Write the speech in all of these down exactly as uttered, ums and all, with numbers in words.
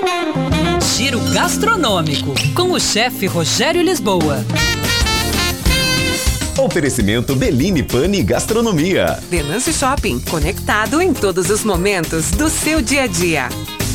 Giro Gastronômico, com o chefe Rogério Lisboa. Oferecimento Bellini Pane Gastronomia. Venâncio Shopping, conectado em todos os momentos do seu dia a dia.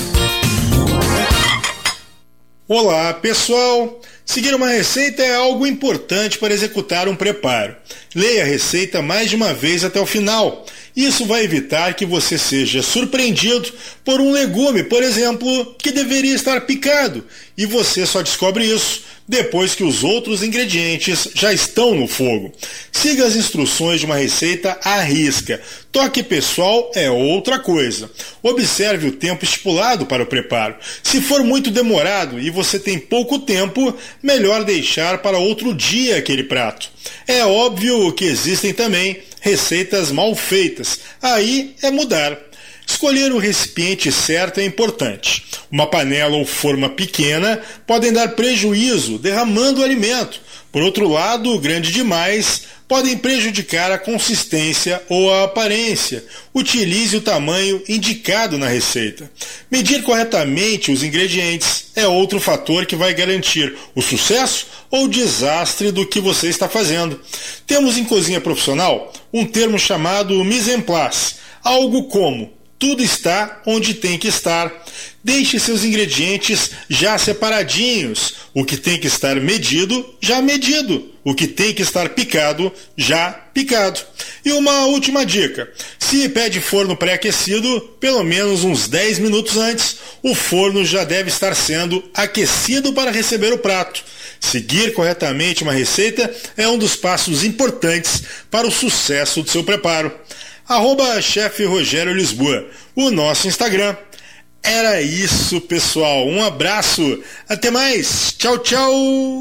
Olá, pessoal! Seguir uma receita é algo importante para executar um preparo. Leia a receita mais de uma vez até o final. Isso vai evitar que você seja surpreendido por um legume, por exemplo, que deveria estar picado, e você só descobre isso depois que os outros ingredientes já estão no fogo. Siga as instruções de uma receita à risca. Toque pessoal é outra coisa. Observe o tempo estipulado para o preparo. Se for muito demorado e você tem pouco tempo, melhor deixar para outro dia aquele prato. É óbvio que existem também receitas mal feitas. Aí é mudar. Escolher o recipiente certo é importante. Uma panela ou forma pequena podem dar prejuízo derramando o alimento. Por outro lado, grande demais podem prejudicar a consistência ou a aparência. Utilize o tamanho indicado na receita. Medir corretamente os ingredientes é outro fator que vai garantir o sucesso ou o desastre do que você está fazendo. Temos em cozinha profissional um termo chamado mise en place, algo como tudo está onde tem que estar. Deixe seus ingredientes já separadinhos. O que tem que estar medido, já medido. O que tem que estar picado, já picado. E uma última dica. Se pede forno pré-aquecido, pelo menos uns dez minutos antes, o forno já deve estar sendo aquecido para receber o prato. Seguir corretamente uma receita é um dos passos importantes para o sucesso do seu preparo. Arroba chefe Rogério Lisboa, o nosso Instagram. Era isso, pessoal. Um abraço. Até mais. Tchau, tchau.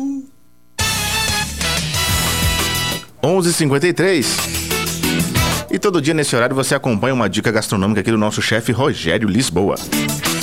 onze e cinquenta e três. E todo dia nesse horário você acompanha uma dica gastronômica aqui do nosso chefe Rogério Lisboa.